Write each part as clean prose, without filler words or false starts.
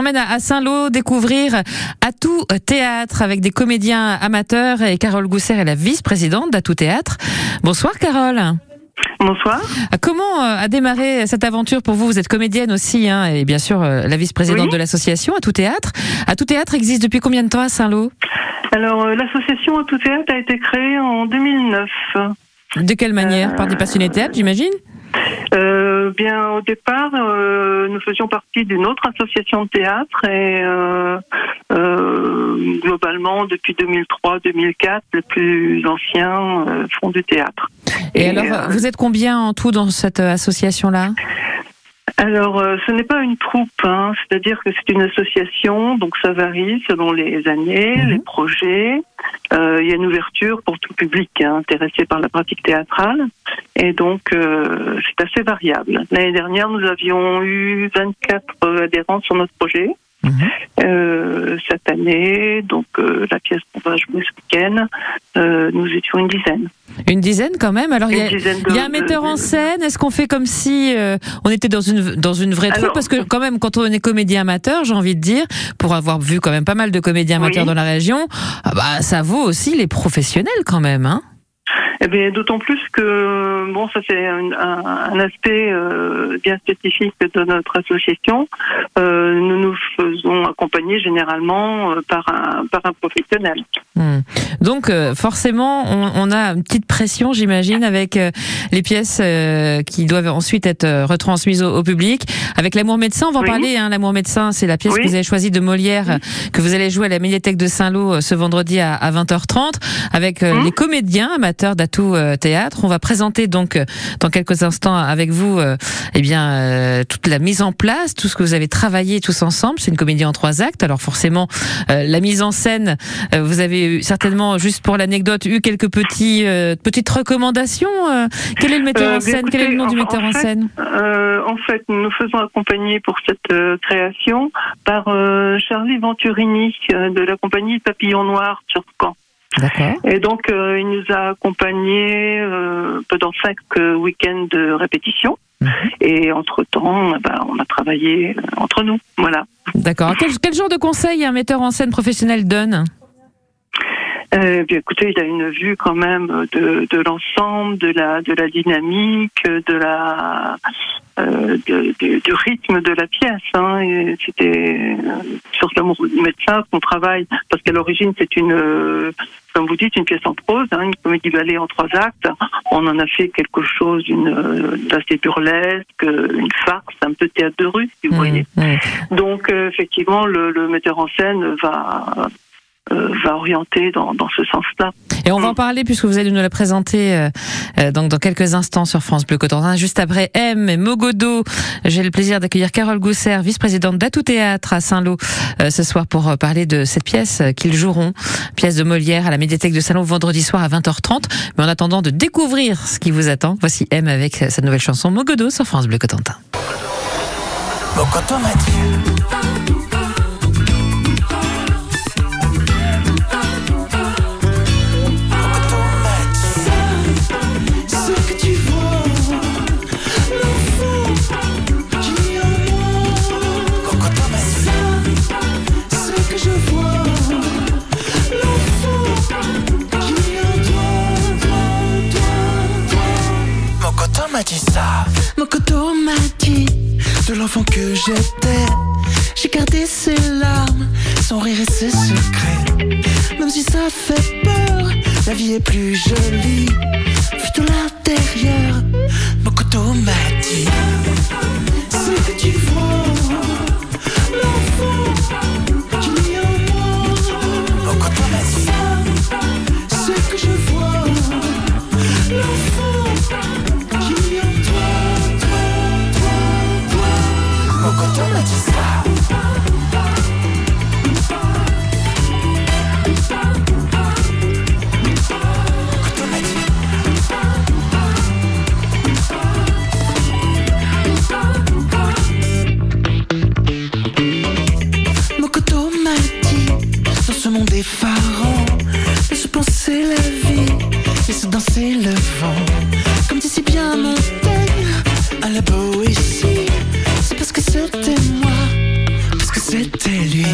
emmène à Saint-Lô découvrir Atout Théâtre avec des comédiens amateurs, et Carole Gousser est la vice-présidente d'Atout Théâtre. Bonsoir Carole. Bonsoir. Comment a démarré cette aventure pour vous ? Vous êtes comédienne aussi, et bien sûr la vice-présidente de l'association Atout Théâtre. Atout Théâtre existe depuis combien de temps à Saint-Lô ? Alors, l'association Atout Théâtre a été créée en 2009. De quelle manière ? Par des passionnés de théâtre, j'imagine ? Bien, au départ, nous faisions partie d'une autre association de théâtre et globalement, depuis 2003-2004, les plus anciens font du théâtre. Et alors, vous êtes combien en tout dans cette association-là ? Alors, ce n'est pas une troupe, c'est-à-dire que c'est une association, donc ça varie selon les années, les projets. Il y a une ouverture pour tout public intéressé par la pratique théâtrale, et donc c'est assez variable. L'année dernière, nous avions eu 24 adhérents sur notre projet. Cette année, donc la pièce qu'on va jouer ce week-end, nous étions une dizaine. Une dizaine quand même. Alors il y a un metteur en scène. Est-ce qu'on fait comme si on était dans une vraie troupe ? Parce que quand même, quand on est comédien amateur, j'ai envie de dire, pour avoir vu quand même pas mal de comédiens amateurs dans la région, ça vaut aussi les professionnels quand même, hein ? Eh bien, d'autant plus que, ça c'est un aspect bien spécifique de notre association. Nous nous faisons accompagner généralement par un professionnel. Donc, forcément, on a une petite pression, j'imagine, avec les pièces qui doivent ensuite être retransmises au public. Avec L'Amour médecin, on va en parler. L'Amour médecin, c'est la pièce que vous avez choisie de Molière, que vous allez jouer à la médiathèque de Saint-Lô ce vendredi à 20h30, avec les comédiens amateurs d'Atout Théâtre. On va présenter donc dans quelques instants avec vous toute la mise en place, tout ce que vous avez travaillé tous ensemble. C'est une comédie en 3 actes. Alors forcément, la mise en scène, vous avez certainement, juste pour l'anecdote, eu quelques petites recommandations. Quel est le metteur en scène ? Écoutez, quel est le nom du metteur en scène ? En fait, nous nous faisons accompagner pour cette création par Charlie Venturini de la compagnie Papillon Noir sur Caen. D'accord. Et donc, il nous a accompagnés pendant 5 week-ends de répétition. Et entre-temps, on a travaillé entre nous. Voilà. D'accord. Quel genre de conseils un metteur en scène professionnel donne ? Bien, écoutez, il a une vue quand même de l'ensemble, de la dynamique, du rythme de la pièce. Et c'était sur L'Amour médecin qu'on travaille, parce qu'à l'origine c'est comme vous dites, une pièce en prose, une comédie ballet en 3 actes. On en a fait quelque chose d'assez burlesque, une farce, un peu théâtre de rue, si vous voyez. Donc effectivement, le metteur en scène va orienter dans ce sens-là. Et on va en parler puisque vous allez nous la présenter dans quelques instants sur France Bleu Cotentin. Juste après M et Mogodo, j'ai le plaisir d'accueillir Carole Gousser, vice-présidente d'Atout Théâtre à Saint-Lô ce soir pour parler de cette pièce qu'ils joueront, pièce de Molière à la médiathèque de Saint-Lô vendredi soir à 20h30. Mais en attendant de découvrir ce qui vous attend, voici M avec sa nouvelle chanson Mogodo sur France Bleu Cotentin. Mogodo m'a dit. Mogodo m'a dit de l'enfant que j'étais. J'ai gardé ses larmes, son rire et ses secrets. Même si ça fait peur, la vie est plus jolie vue de l'intérieur. Mogodo m'a dit ce que tu vois, l'enfant qui est en moi. Mogodo m'a dit ce que je vois, l'enfant. Mogodo m'a dit ça. Mogodo m'a dit, dans ce monde effarant, laisse penser la vie, laisse danser le vent. Comme dit si bien Montaigne, à la Boétie, c'est parce que c'était moi, parce que c'était c'était lui.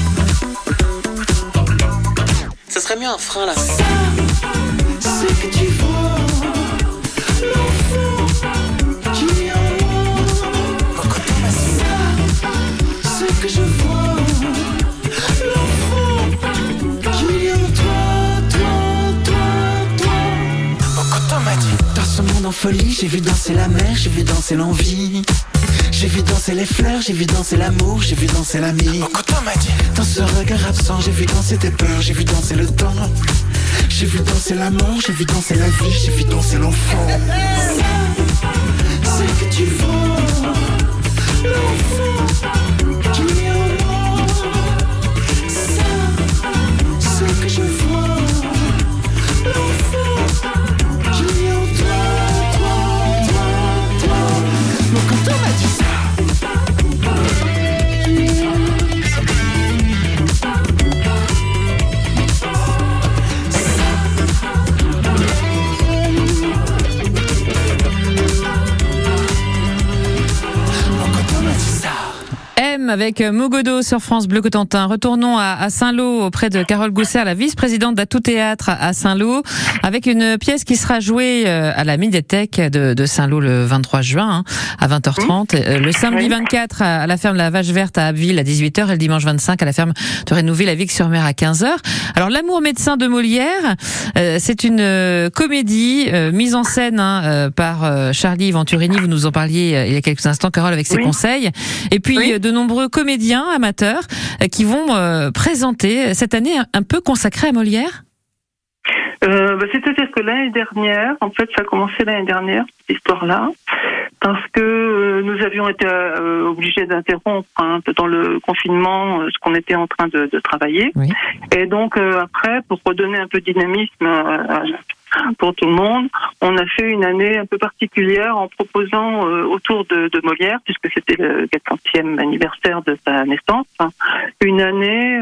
Ça serait mieux un frein là. Ça, c'est que tu vois l'enfant qui est en moi. Ça, c'est que je vois l'enfant qui est en toi, toi. Bokoto m'a dit. Dans ce monde en folie, j'ai vu danser la mer, j'ai vu danser l'envie. J'ai vu danser les fleurs, j'ai vu danser l'amour, j'ai vu danser l'ami. Bokoto m'a dit. Dans ce regard absent, j'ai vu danser tes peurs, j'ai vu danser le temps. J'ai vu danser la mort, j'ai vu danser la vie, j'ai vu danser l'enfant. Ça, c'est que tu vois l'enfant qui est en moi. Ça, c'est que je vois l'enfant qui est en toi. Mon canton m'a dit ça. Avec Mogodo sur France Bleu Cotentin. Retournons à Saint-Lô auprès de Carole Gousser, la vice-présidente d'Atout Théâtre à Saint-Lô, avec une pièce qui sera jouée à la médiathèque de Saint-Lô le 23 juin à 20h30, le samedi 24 à la ferme La Vache Verte à Abbeville à 18h et le dimanche 25 à la ferme de Rénouville à Vic-sur-Mer à 15h. Alors L'amour médecin de Molière, c'est une comédie mise en scène par Charlie Venturini, vous nous en parliez il y a quelques instants, Carole, avec ses conseils, et puis de nombreux comédiens amateurs qui vont présenter cette année un peu consacrée à Molière. C'est-à-dire que l'année dernière, en fait, ça a commencé l'année dernière, cette histoire-là, parce que nous avions été obligés d'interrompre pendant le confinement ce qu'on était en train de travailler. Oui. Et donc, après, pour redonner un peu de dynamisme pour tout le monde, on a fait une année un peu particulière en proposant autour de Molière, puisque c'était le 400e anniversaire de sa naissance, une année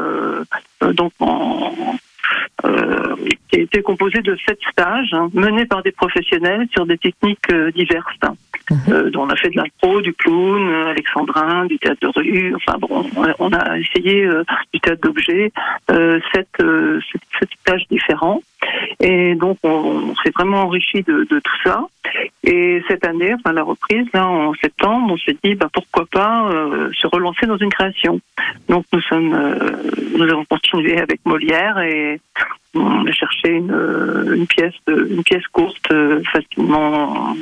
qui a été composée de 7 stages menés par des professionnels sur des techniques diverses. Dont on a fait de l'impro, du clown, alexandrin, du théâtre de rue, enfin bon, on a essayé du théâtre d'objet, 7 stages différents. Et donc on s'est vraiment enrichi de tout ça. Et cette année, enfin la reprise, là en septembre, on s'est dit pourquoi pas se relancer dans une création. Donc nous avons continué avec Molière et on a cherché une pièce courte, facilement.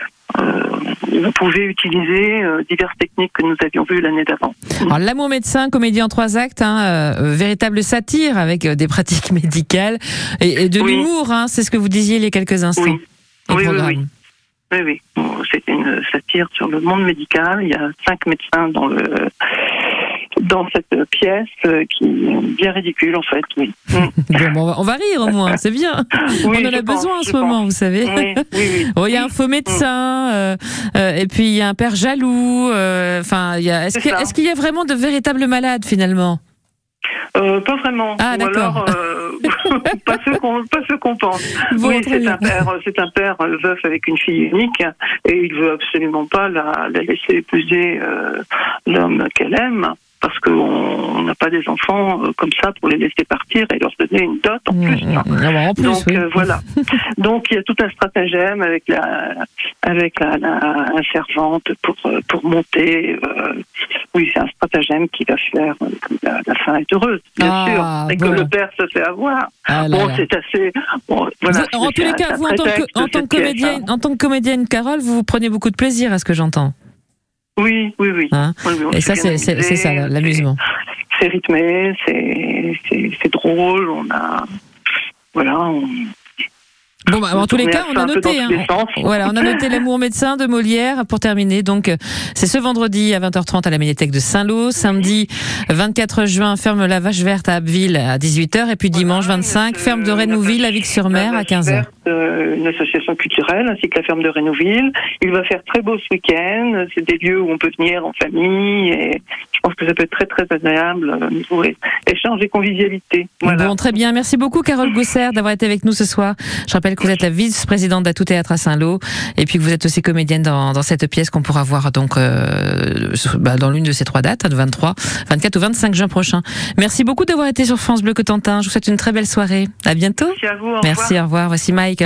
On pouvait utiliser diverses techniques que nous avions vues l'année d'avant. Alors, L'amour médecin, comédie en 3 actes, véritable satire avec des pratiques médicales et de l'humour, c'est ce que vous disiez il y a quelques instants. Oui. C'est une satire sur le monde médical. Il y a 5 médecins dans cette pièce qui est bien ridicule en fait, oui. Bon, on va rire au moins, c'est bien. Oui, on en a besoin en ce moment, vous savez. Oui. Bon, il y a un faux médecin, et puis il y a un père jaloux. Est-ce qu'il y a vraiment de véritables malades finalement? Pas vraiment. Ah, d'accord. Ou alors, pas ceux qu'on pense. Bon, oui, c'est un père veuf avec une fille unique et il veut absolument pas la laisser épouser l'homme qu'elle aime. Parce qu'on n'a pas des enfants comme ça pour les laisser partir et leur donner une dot en plus. En plus. Donc voilà. Donc il y a tout un stratagème avec la servante pour monter. Oui, c'est un stratagème qui va faire que la fin est heureuse, bien sûr, et que le père se fait avoir. C'est assez. Bon, voilà. En tous les cas, vous en tant que comédienne, Carole, vous prenez beaucoup de plaisir à ce que j'entends. Oui. Et ça, c'est ça, l'amusement. C'est rythmé, c'est drôle, Bon, en tous les cas, on a noté. On a noté L'amour médecin de Molière pour terminer. Donc, c'est ce vendredi à 20h30 à la médiathèque de Saint-Lô. Samedi 24 juin, ferme La Vache Verte à Abbeville à 18h. Et puis dimanche 25, ferme de Rénouville à Vic-sur-Mer à 15h. Une association culturelle ainsi que la ferme de Rénouville. Il va faire très beau ce week-end. C'est des lieux où on peut venir en famille et je pense que ça peut être très très agréable niveau échange et convivialité. Voilà. Bon, très bien. Merci beaucoup, Carole Gousser, d'avoir été avec nous ce soir. Je rappelle que vous êtes la vice-présidente d'Atout Théâtre à Saint-Lô, et puis que vous êtes aussi comédienne dans cette pièce qu'on pourra voir donc dans l'une de ces 3 dates, de 23, 24 ou 25 juin prochain. Merci beaucoup d'avoir été sur France Bleu Cotentin. Je vous souhaite une très belle soirée. À bientôt. Merci à vous. Merci, au revoir. Voici Mike.